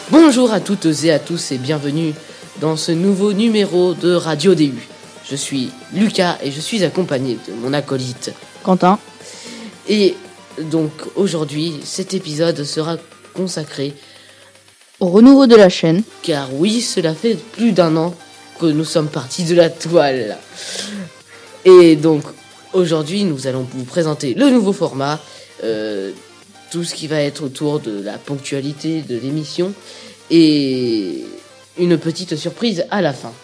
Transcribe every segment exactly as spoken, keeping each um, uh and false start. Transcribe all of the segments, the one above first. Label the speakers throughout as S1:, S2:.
S1: Bonjour à toutes et à tous et bienvenue dans ce nouveau numéro de Radio D U. Je suis Lucas et je suis accompagné de mon acolyte
S2: Quentin.
S1: Et donc aujourd'hui, cet épisode sera consacré
S2: au renouveau de la chaîne.
S1: Car oui, cela fait plus d'un an que nous sommes partis de la toile. Et donc aujourd'hui, nous allons vous présenter le nouveau format, euh, tout ce qui va être autour de la ponctualité de l'émission et une petite surprise à la fin.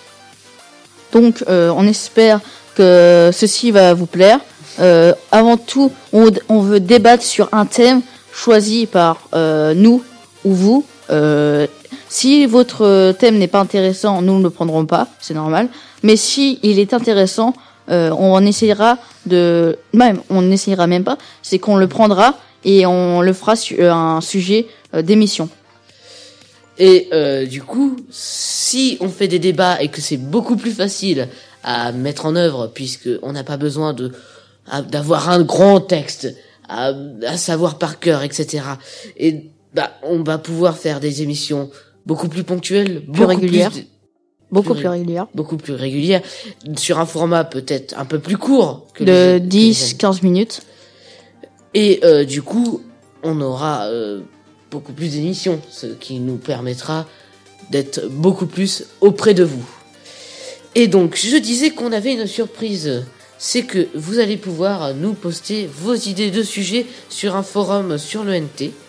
S2: Donc euh, on espère que ceci va vous plaire. Euh, avant tout, on, on veut débattre sur un thème choisi par euh, nous ou vous. Euh, si votre thème n'est pas intéressant, nous ne le prendrons pas, c'est normal. Mais si il est intéressant, euh, on essayera de, même on n'essayera même pas, c'est qu'on le prendra et on le fera sur un sujet euh, d'émission.
S1: Et euh, du coup, si on fait des débats et que c'est beaucoup plus facile à mettre en œuvre, puisque on n'a pas besoin de à, d'avoir un grand texte à, à savoir par cœur, et cetera. Et bah, on va pouvoir faire des émissions beaucoup plus ponctuelles,
S2: plus régulières,
S1: plus,
S2: beaucoup
S1: plus,
S2: plus régulières,
S1: beaucoup plus régulières, sur un format peut-être un peu plus court que
S2: de
S1: les,
S2: dix à quinze minutes.
S1: Et euh, du coup, on aura euh, beaucoup plus d'émissions, ce qui nous permettra d'être beaucoup plus auprès de vous. Et donc, je disais qu'on avait une surprise, c'est que vous allez pouvoir nous poster vos idées de sujets sur un forum sur l'E N T,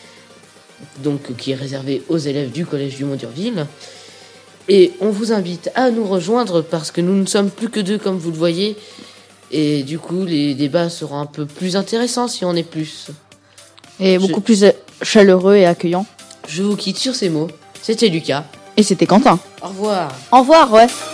S1: donc qui est réservé aux élèves du collège du Mont d'Urville. Et on vous invite à nous rejoindre parce que nous ne sommes plus que deux, comme vous le voyez, et du coup, les débats seront un peu plus intéressants si on est plus.
S2: Et beaucoup je... plus chaleureux et accueillant.
S1: Je vous quitte sur ces mots. C'était Lucas.
S2: Et c'était Quentin.
S1: Au revoir.
S2: Au revoir, ouais.